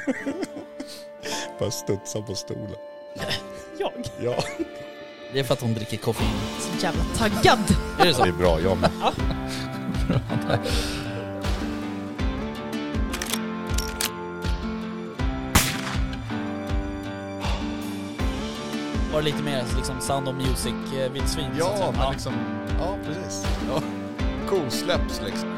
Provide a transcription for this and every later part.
Bara studsa på stolen. Jag? Ja. Det är för att hon dricker koffein. Så jävla taggad. Är det så? Det är bra, jag med. Ja. Var det lite mer liksom Sound of Music-vildsvin? Ja, men liksom... Ja, precis. Ja. Kosläpps liksom.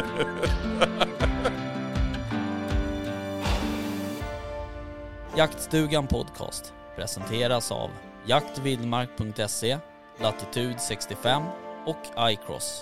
Jaktstugan podcast presenteras av jaktvildmark.se, Latitude 65 och iCross.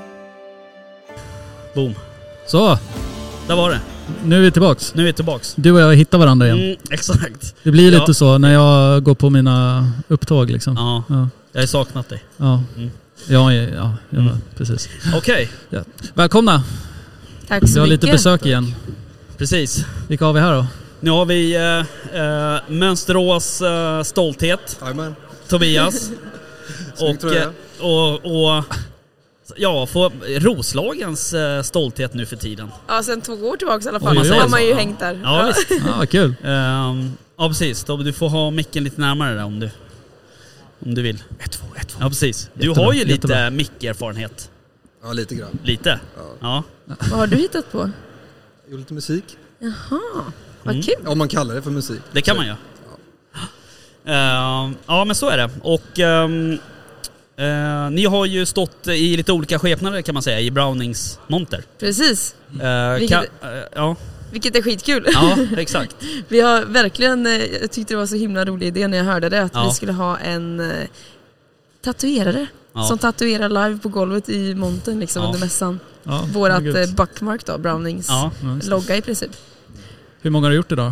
Boom. Så, Där var det. nu är vi tillbaks. Du och jag hittar varandra igen. Exakt. Det blir lite så när jag går på mina upptåg liksom. Ja. Jag har saknat dig. Ja. Precis. Okej. Ja. Välkomna. Tack Vi så har mycket. lite besök igen. Precis. Vilka har vi här då? Nu har vi Mönsterås stolthet, Amen. Tobias. Snyggt, och ja, få Roslagens stolthet nu för tiden. Ja, sen 2 år tillbaka i alla fall. Oj, Så oj, har man ju ja. hängt där. Ja, visst. Ja, kul. Ja, precis. Du får ha micken lite närmare där om du vill. 1-2. Ja, precis. Du Jättebra, har ju lite jättebra. mickerfarenhet. Ja, lite grann. Lite? Ja. Vad har du hittat på? Jag gjorde lite musik. Jaha, vad kul. Om man kallar det för musik. Det kan man ju. Ja, men så är det. Och ni har ju stått i lite olika skepnader kan man säga i Brownings monter. Precis, Ja, vilket är skitkul. ja, exakt. Vi har verkligen, jag tyckte det var så himla rolig idé när jag hörde det, att Ja. vi skulle ha en tatuerare Ja. som tatuerar live på golvet i montern liksom Ja. under mässan. Ja, Vårat gud. Buckmark då, Brownings Ja. logga i princip. Hur många har du gjort idag?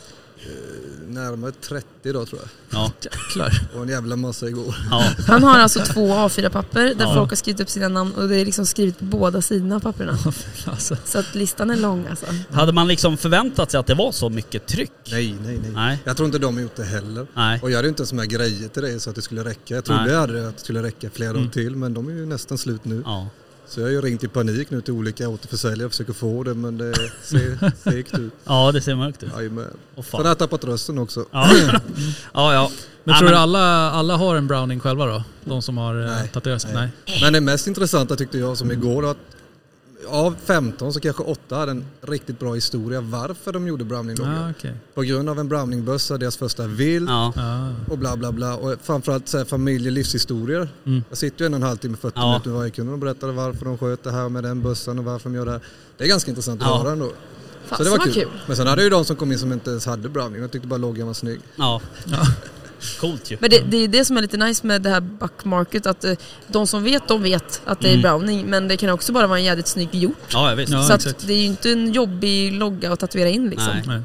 Närmare 30 idag tror jag. Ja. Jäklar. Och en jävla massa igår. Ja. Han har alltså 2 A4-papper där Ja. folk har skrivit upp sina namn och det är liksom skrivit på båda sidorna av papperna. Alltså. Så att listan är lång alltså. Hade man liksom förväntat sig att det var så mycket tryck? Nej. Jag tror inte de har gjort det heller. Nej. Och jag hade inte ens med grejer till det så att det skulle räcka. Jag trodde Nej. jag hade att det skulle räcka flera dagar till, men de är ju nästan slut nu. Ja. Så jag har ju ringt i panik nu till olika återförsäljare och försöker få det, men det ser segt ut. Ja, det ser mörkt ut. Jajamän. Åh, Sen fan. har jag tappat rösten också. Ja. Ja. Men Ja, tror du alla har en Browning själva då? De som har Nej. tatuerat sig? Nej. Men det mest intressanta tyckte jag som igår var att av 15 så kanske 8 hade en riktigt bra historia varför de gjorde Browning-loggan. Ah, okay. På grund av en Browning-bössa, deras första vilt Ja. och bla bla bla. Och framförallt så här familjelivshistorier. Jag sitter ju 1,5 timme, 40 minuter varje kund och berättade varför de sköt det här med den bössan och varför de gör det här. Det är ganska intressant att höra ändå. Fan, Så det var vad kul. Men sen hade ju de som kom in som inte ens hade Browning. Jag tyckte bara loggan var snygg. Ja. Coolt ju. Men det är det som är lite nice med det här Buckmarket, att de som vet, de vet att det är Browning, men det kan också bara vara en jävligt snygg gjort. Ja, visst. Ja. Så exakt. att det är ju inte en jobbig logga att tatuera in liksom.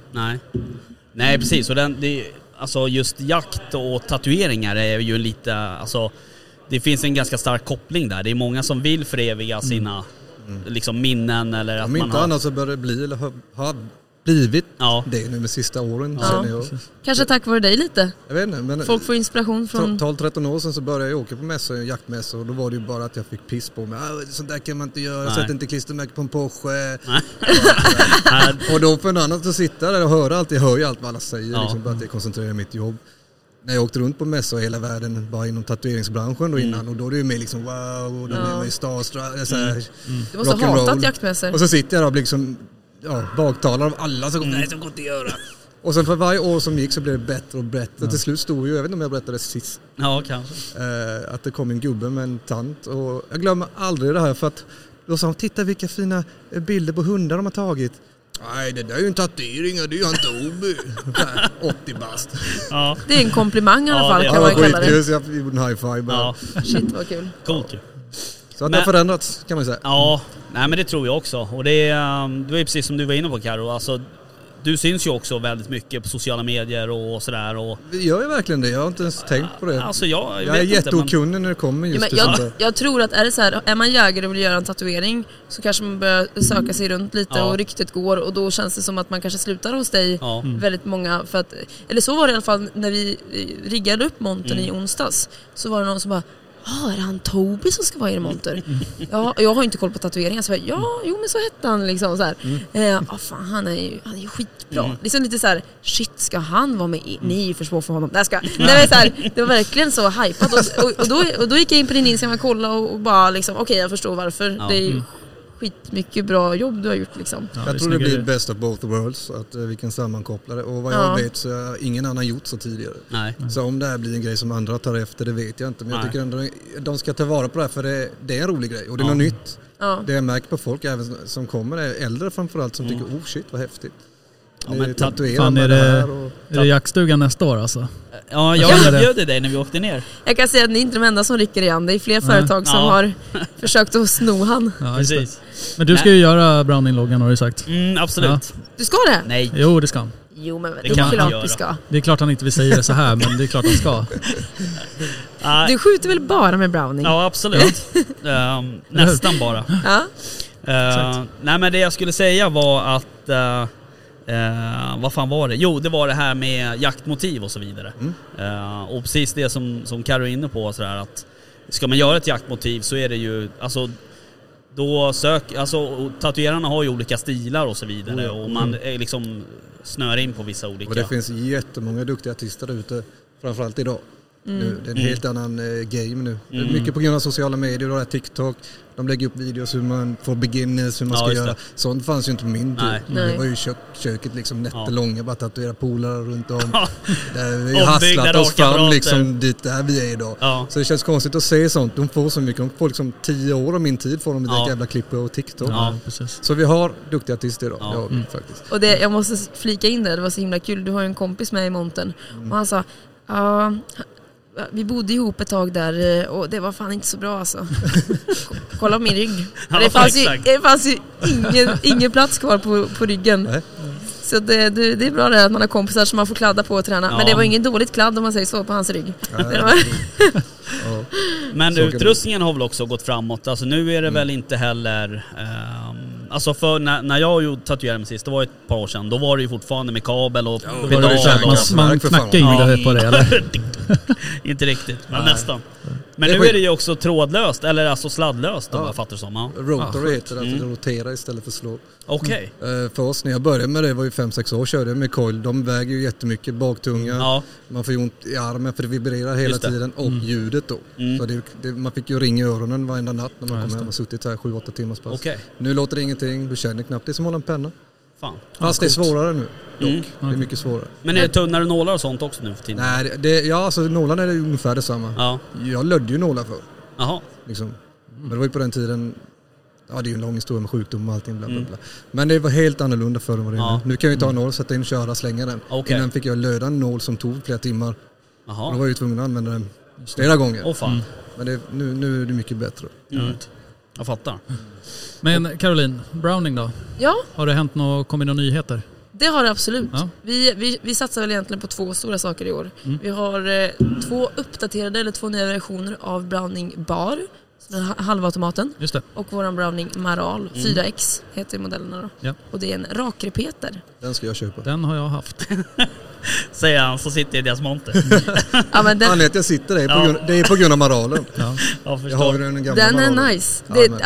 Nej, precis. Och alltså just jakt och tatueringar är ju lite, alltså det finns en ganska stark koppling där. Det är många som vill föreviga sina liksom minnen eller att Om man inte har... annat så bör det bli eller har blivit Ja. det nu med sista åren. Ja. Känner jag. Kanske tack vare dig lite. Jag vet inte, men Folk får inspiration från... 12-13 år sedan så började jag åka på mässor, jaktmässor, och då var det ju bara att jag fick piss på mig. Sånt där kan man inte göra, Nej. sätt inte klistermärke på en Porsche. Nej. Och då för en annan så sitter där och hör allt, jag hör ju allt vad alla säger, Ja. liksom, bara att jag koncentrerar i mitt jobb. När jag åkte runt på mässor i hela världen, bara inom tatueringsbranschen då innan, och då är det ju mer liksom wow, och då är man ju starstruck, så här, Du måste ha hatat jaktmässor. och så sitter jag där och liksom, baktalar av alla som nej, så går inte att göra. Och sen för varje år som gick så blev det bättre och bättre. Till slut stod ju, jag vet inte om jag berättade sist, Ja, kanske. att det kom en gubbe med en tant. Och jag glömmer aldrig det här, för att då sa han, titta vilka fina bilder på hundar de har tagit. Nej, det där är ju en tatuering, det är ju han Toby. 80 bast. Ja. Det är en komplimang i alla Ja, fall, det kan Det man var kalla det. skitkul, så jag gjorde en high five bara. Ja, Shit, vad kul. coolt ju. Så att det har förändrats, kan man säga. Ja, nej men det tror jag också. Och det är precis som du var inne på, Karo. Alltså, du syns ju också väldigt mycket på sociala medier och sådär. Och, Vi gör ju verkligen det, jag har inte ens tänkt på det. alltså jag Jag är jätteokunnig när det kommer Ja, just men det. jag tror att är man jägare och vill göra en tatuering, så kanske man börjar söka sig runt lite, Ja. och ryktet går, och då känns det som att man kanske slutar hos dig. Ja. Väldigt många, eller så var det i alla fall när vi riggade upp montern i onsdags, så var det någon som bara, är det han Toby som ska vara i monter? Ja, jag har inte koll på tatueringar, så men så hette han liksom så här. Fan, han är ju skitbra. Liksom lite så här, shit, ska han vara med ni är ju för små för honom. Det var verkligen så hypat och då gick jag in på din Instagram och kollade och bara liksom, okej, jag förstår varför. Det är ju skitmycket bra jobb du har gjort liksom. Jag tror det blir best of both worlds, att vi kan sammankoppla det. Och vad jag vet så har ingen annan gjort så tidigare. Nej. Så om det här blir en grej som andra tar efter, det vet jag inte. Men jag tycker ändå de ska ta vara på det här, för det är en rolig grej. Och det är något nytt. Ja. Det är märkt på folk även som kommer, är äldre framförallt, som tycker, shit vad häftigt. Ja, men fan, är det jaktstugan nästa år alltså? Ja, jag bjöd dig när vi åkte ner. Jag kan säga att ni är inte de enda som rycker igen. Det är fler företag som har försökt att sno han. Ja, precis. Men du ska ju göra Browning-loggan, har du sagt. Absolut. Ja. Du ska det? Nej. Jo, det ska han. Jo, men det är klart du ska. Det är klart han inte vill säga det så här, men det är klart han ska. Du skjuter väl bara med Browning? Ja, absolut. Nästan bara. Ja. Nej, men det jag skulle säga var att vad fan var det? Jo, det var det här med jaktmotiv och så vidare. Och precis det som Karo är inne på, sådär, att ska man göra ett jaktmotiv så är det ju, alltså då tatuerarna har ju olika stilar och så vidare, och man liksom snör in på vissa olika. Och det finns jättemånga duktiga artister där ute, framförallt idag. Nu, det är en helt annan game nu. Mycket på grund av sociala medier och TikTok. De lägger upp videos hur man får beginners, hur man ska göra. Sånt fanns ju inte på min tid. Det var ju köket liksom nättelånga, bara tatuera polare runt om. Där vi har hasslat oss fram liksom dit där vi är idag. Så det känns konstigt att se sånt. De får så mycket. De får liksom 10 år av min tid får de det jävla klippet och TikTok. Så vi har duktiga artister idag. Ja, faktiskt. Och jag måste flika in det var så himla kul. Du har ju en kompis med i monten. Och han sa, vi bodde ihop ett tag där och det var fan inte så bra alltså. Kolla på min rygg. Det fanns ju ingen plats kvar på ryggen. Så det är bra det att man har kompisar som man får kladda på och träna. Men det var ingen dåligt kladd om man säger så på hans rygg. Men utrustningen har väl också gått framåt. Alltså nu är det väl inte heller alltså för när jag tatuerade mig sist, det var ett par år sedan, då var det ju fortfarande med kabel och pedal. Man knackar in på det eller? Inte riktigt, men nästan. Men nu är det ju också trådlöst, eller alltså sladdlöst, om jag fattar som. Rotary heter det, att rotera istället för slå. Okej. För oss, när jag började med det var ju 5-6 år, körde jag med coil. De väger ju jättemycket, baktunga. Man får ju ont i armen för det vibrerar hela tiden. Och ljudet då. Så man fick ju ringa i öronen varenda natt när man kom hem och suttit här 7-8 timmars pass. Nu låter det ingenting, du känner knappt, det är som att hålla en penna. Fast det är svårare nu dock. Det är mycket svårare. Men är det tunnare nålar och sånt också nu för tiden? Nej, alltså nålarna är det ungefär detsamma. Jag lödde ju nålar för. Liksom. Men det var ju på den tiden, det är ju en lång historia med sjukdom och allting bla bla bla. Men det var helt annorlunda förr än vad det är nu. Nu kan jag ju ta en nål, sätta in, köra, slänga den. Innan fick jag löda en nål som tog flera timmar. Och då var jag ju tvungen att använda den flera gånger. Men nu är det mycket bättre. Jag fattar. Men Caroline, Browning då? Ja. Har det hänt kommit några nyheter? Det har det absolut. Ja. Vi satsar väl egentligen på 2 stora saker i år. Vi har 2 uppdaterade eller 2 nya versioner av Browning Bar, som är halvautomaten. Just det. Och våran Browning Maral 4X heter modellerna då. Ja. Och det är en rakrepeter. Den ska jag köpa. Den har jag haft. Säger han, så sitter i deras monter. Anledningen att jag sitter det är på grund av Maralen. Jag har den gamla den Maralen. är nice.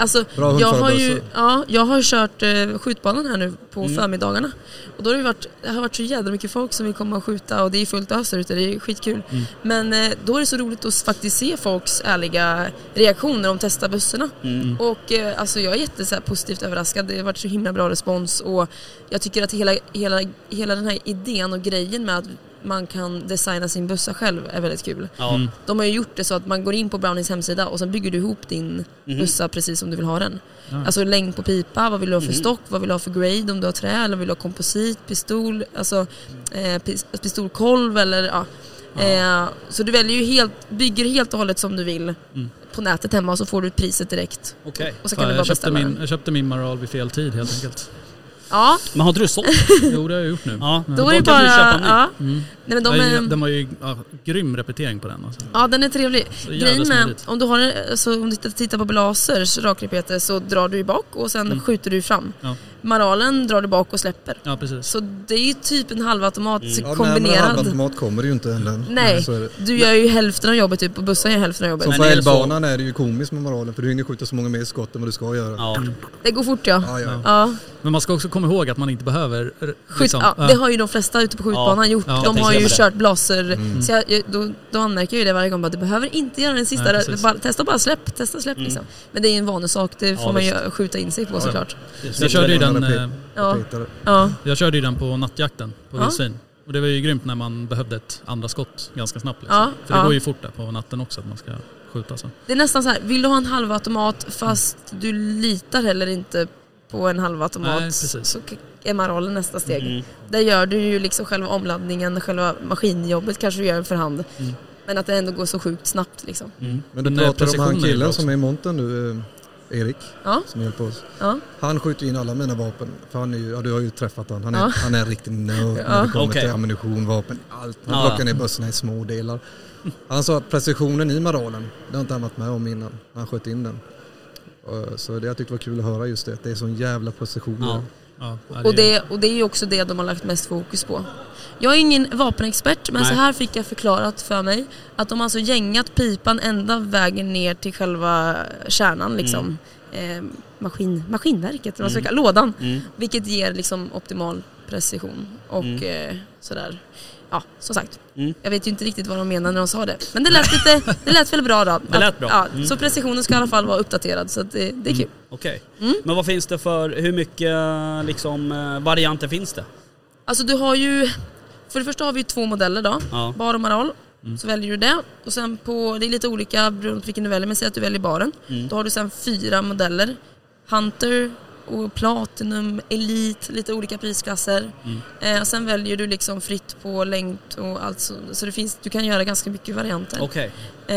Jag har kört skjutbanan här nu på förmiddagarna. Och då har det har varit så jävla mycket folk som vill komma och skjuta, och det är fullt ös där ute, det är skitkul. Men då är det så roligt att faktiskt se folks ärliga reaktioner när de testar bussarna. Och alltså jag är positivt överraskad. Det har varit så himla bra respons, och jag tycker att hela den här idén och grejen med att man kan designa sin bussa själv är väldigt kul. De har ju gjort det så att man går in på Brownings hemsida och sen bygger du ihop din bussa precis som du vill ha den. Alltså längd på pipa, vad vill du ha för stock, vad vill du ha för grade, om du har trä eller vill du ha komposit, pistol, alltså pistolkolv eller så du väljer ju bygger helt och hållet som du vill på nätet hemma, och så får du priset direkt. Och så kan du bara beställa. Jag köpte min Maral vid fel tid helt enkelt. Ja. Men har du sålt? Jo, det har jag gjort nu. Då är det bara Nej, men den var ju grym repetering på den alltså. Ja, den är trevlig. Grejen med, om du tittar på Blasers rakrepeter, så drar du ju bak och sen skjuter du fram. Maralen drar du bak och släpper. Ja, precis. Så det är ju typ en halvautomat Ja, men en kombinerad. halvautomat kommer det ju inte heller. Nej, Så är det. du gör ju hälften av jobbet typ och bussen gör hälften av jobbet. Som Men på är det älgbanan är det ju komiskt med Maralen, för du hinner skjuta så många mer skott än vad du ska göra. Ja. Det går fort ja. Ja. Ja. Men man ska också komma ihåg att man inte behöver... Det har ju de flesta ute på skjutbanan gjort. Ja, De jag har ju tänkte kört blaser. Så då anmärker jag ju det varje gång. Att du behöver inte göra den sista. Nej, Testa bara släpp liksom. Men det är ju en vanesak. Det får man ju skjuta in sig på såklart. Jag körde ju den... Ja. Jag körde ju den på nattjakten på vildsvin. Och det var ju grymt när man behövde ett andra skott ganska snabbt. Liksom. Ja, För det går ju fort där på natten också att man ska skjuta. Så. Det är nästan så här, vill du ha en halvautomat fast du litar heller inte på en halvautomat, så är Maralen nästa steg. Där gör du ju liksom själva omladdningen, själva maskinjobbet kanske du gör för hand. Men att det ändå går så sjukt snabbt liksom. Men du pratar om han killen som är i monten nu, Erik, som hjälper oss. Ja. Han skjuter in alla mina vapen. För han är ju, du har ju träffat han. Han är en riktig nörd när det kommer till ammunition, vapen, allt. Han plockar ner bössorna i små delar. Han sa att precisionen i Maralen, det har inte han varit med om innan. Han sköt in den. Så det jag tyckte var kul att höra just det. Att det är sån jävla precision. Ja, och det är ju också det de har lagt mest fokus på. Jag är ingen vapenexpert, men så här fick jag förklarat för mig att de alltså gängat pipan ända vägen ner till själva kärnan liksom. Maskinverket, vad ska jag kalla lådan. Vilket ger liksom optimal precision och sådär. Ja, som sagt. Jag vet ju inte riktigt vad de menar när de sa det. Men det lät väl bra då. Det lät bra. Ja, så precisionen ska i alla fall vara uppdaterad, så att det är kul. Okej. Men vad finns det för, hur mycket liksom, varianter finns det? Alltså du har ju, för det första har vi 2 modeller då. Bar och Maral. Så väljer du det. Och sen det är lite olika beroende på vilken du väljer, men säg att du väljer baren. Då har du sen 4 modeller. Hunter och Platinum, Elite, lite olika prisklasser. Sen väljer du liksom fritt på längd och allt så det finns, du kan göra ganska mycket varianter. Okej.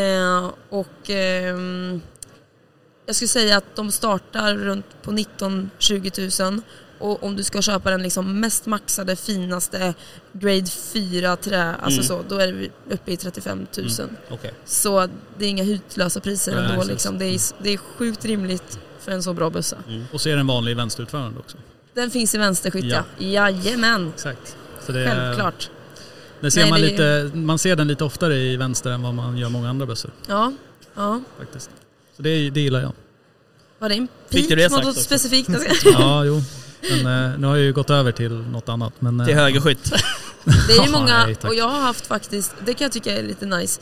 Jag skulle säga att de startar runt på 19-20 000. Och om du ska köpa den liksom mest maxade, finaste grade 4 trä, alltså så, då är vi uppe i 35 000. Okay. Så det är inga hutlösa priser ändå liksom. Det är sjukt rimligt för en så bra bössa. Och så är den vanlig vänsterutförande också. Den finns i vänsterskytt, ja. Jajamän. Exakt. Så det självklart. Det ser man ser den lite oftare i vänster än vad man gör många andra bössor. Ja. Faktiskt. Så det gillar jag. Var det en pik något specifikt? Ja, jo. Men nu har jag ju gått över till något annat. Men, till högerskytt. Det är ju många, och jag har haft faktiskt, det kan jag tycka är lite nice.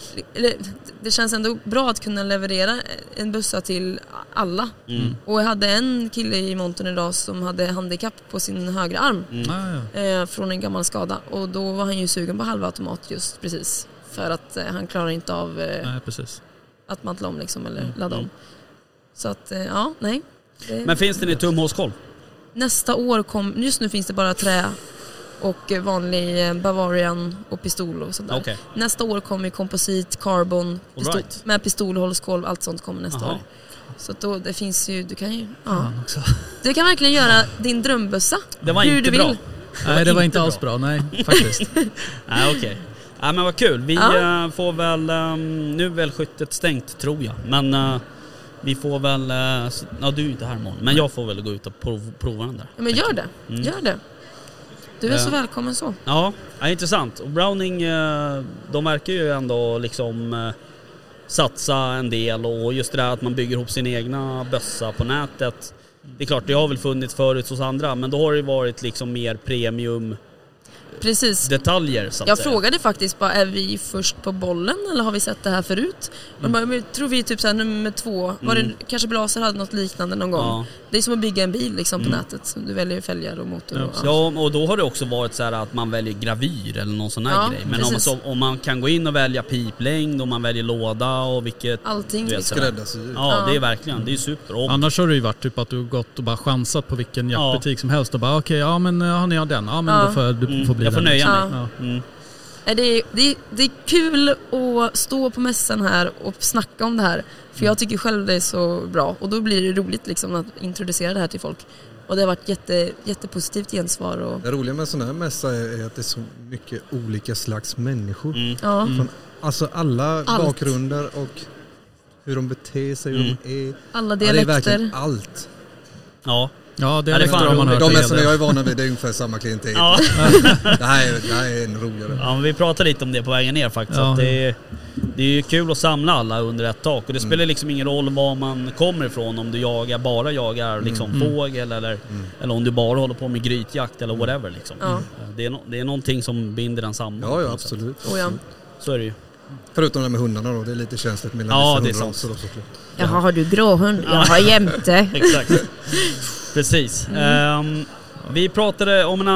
Det känns ändå bra att kunna leverera en bussa till alla. Och jag hade en kille i monten idag som hade handikapp på sin högra arm från en gammal skada. Och då var han ju sugen på halvautomat just precis. För att han klarar inte av att mantla om liksom, eller ladda om. Så att, Men finns det i tumhålskolv? Nästa år just nu finns det bara trä och vanlig Bavarian och pistol och sådär. Okay. Nästa år kommer komposit, carbon, med pistolhållskolv, allt sånt kommer nästa år. Så då, det finns ju, du kan ju du kan verkligen göra din drömbössa. Det var hur inte du bra. vill. Nej, det var inte alls bra, nej, faktiskt. Nej, okej. Ja, men vad kul. Vi får väl, nu är väl skyttet stängt tror jag. Men vi får väl, du är inte här imorgon, men jag får väl gå ut och prova den där. Ja, men gör det. Du är så välkommen så. Ja, intressant. Och Browning, de verkar ju ändå liksom satsa en del, och just det där att man bygger ihop sin egna bössa på nätet. Det är klart, det har väl funnits förut hos andra, men då har det varit liksom mer premium. Precis. Detaljer, så att jag säga. Frågade faktiskt bara, är vi först på bollen eller har vi sett det här förut? Jag tror vi är typ så här nummer 2. Var det, kanske Blaser hade något liknande någon gång. Det är som att bygga en bil liksom på nätet. Du väljer fälgar och motor. Ja, och då har det också varit så här att man väljer gravyr eller någon sån här grej. Men om man kan gå in och välja piplängd, och man väljer låda och vilket... Allting. Skräddarsyr. Ja, det är verkligen, det är super. Och annars har det ju varit typ att du gått och bara chansat på vilken jaktbutik som helst och bara men har ni den? Ja, men då får du får bli. Jag får nöja mig. Det är kul att stå på mässan här och snacka om det här. För jag tycker själv det är så bra. Och då blir det roligt liksom att introducera det här till folk. Och det har varit jättepositivt gensvar. Och... Det roliga med sån här mässa är att det är så mycket olika slags människor. Från, alltså alla bakgrunder och hur de beter sig, hur de är. Alla dialekter. Det är verkligen allt. Ja. Ja, det Ja, är det är fan man hört. De som jag är vana vid, det är ungefär samma klientel. Ja. Det här är en roligare. Ja, men vi pratade lite om det på vägen ner faktiskt. Ja. Att det är ju kul att samla alla under ett tak. Och det spelar liksom ingen roll var man kommer ifrån. Om du bara jagar liksom fågel eller om du bara håller på med grytjakt eller whatever liksom. Ja. Det är någonting som binder en samman. Ja, absolut. Ja. Så är det ju. Förutom det med hundarna då, det är lite känsligt mellan Ja, vissa det är hundraser sant. också. Jaha, har du gråhund? Jag har jämte. Exakt. Precis. Vi pratade om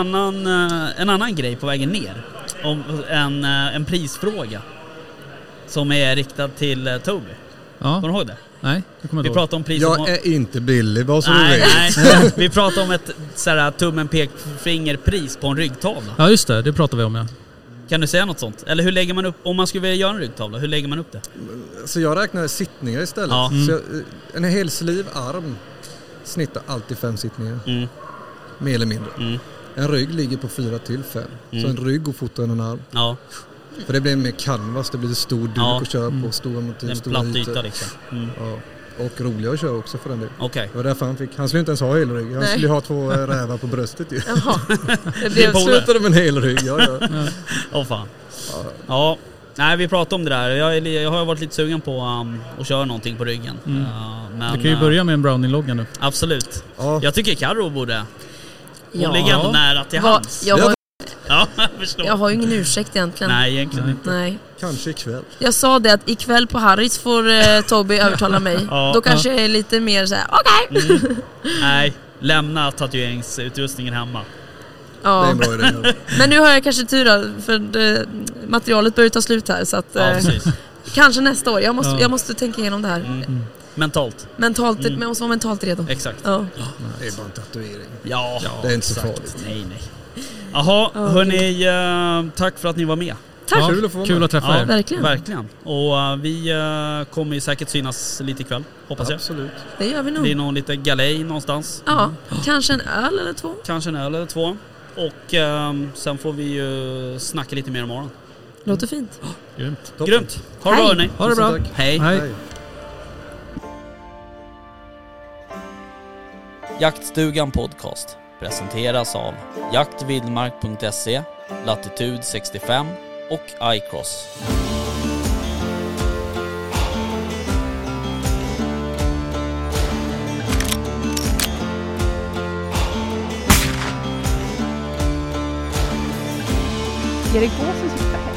en annan grej på vägen ner. Om en prisfråga som är riktad till Toby. Kommer du ihåg det? Nej, det kommer Vi jag inte ihåg. pratade om pris. Jag är inte billig, vad så du Nej, vet. nej. Vi pratade om ett såhär tummen pekfingerpris på en ryggtavla. Ja, just det pratar vi om, ja. Kan du säga något sånt? Eller hur lägger man upp, om man skulle vilja göra en ryggtavla, hur lägger man upp det? Så jag räknar sittningar istället. Ja. Så en hel slivarm snittar alltid 5 sittningar. Mer eller mindre. En rygg ligger på 4-5. Så en rygg går fortare än en arm. Ja, För det blir mer canvas, det blir stor duk att köra på, stora motiv, en stora platt ytor. yta liksom. Ja. Och roliga att köra också för den delen. Okej. Det var därför han skulle inte ens ha hel rygg. Han skulle ha 2 rävar på bröstet ju. Jaha. Det Det blev borde- Slutade med en hel rygg, ja. Åh fan. Ja. Nej, vi pratade om det där. Jag har varit lite sugen på att köra någonting på ryggen. Men, Du kan ju börja med en Browning-logga nu. Absolut. Ja. Jag tycker Karo borde. Hon Ja. ligger ändå nära till hands. Ja, jag förstår. Jag har ju ingen ursäkt egentligen. Nej, egentligen inte. Nej. Kanske ikväll. Jag sa det att ikväll på Harrys får Toby övertala mig. Ja. Då kanske jag är lite mer såhär, okej. Nej, lämna tatueringsutrustningen hemma. Det är Ja. en bra idé. Men nu har jag kanske tur då, för materialet börjar ta slut här. Så att, Ja, precis. kanske nästa år. Jag måste tänka igenom det här. Mentalt. Mentalt, men jag måste vara mentalt redo. Exakt. Ja. Det är bara en tatuering. Ja, Det är inte så exakt. farligt. Nej. Jaha, hörni, tack för att ni var med. Tack. Kul att få vara Kul med. att träffa Ja, er. Verkligen. Verkligen. Och vi kommer ju säkert synas lite ikväll, hoppas jag. Absolut. Det gör vi Det blir nog. någon lite galej någonstans. Ja, kanske en öl eller 2. Kanske en öl eller 2. Och sen får vi ju snacka lite mer imorgon. Låter fint. Grymt. Toppen. Grymt. Ha det bra, Hej. hörni. Ha det bra. Tusen tack. Hej. Hej. Hej. Jaktstugan Podcast presenteras av jaktvildmark.se, Latitude 65 och iCross. Är det gåsen som sitter här?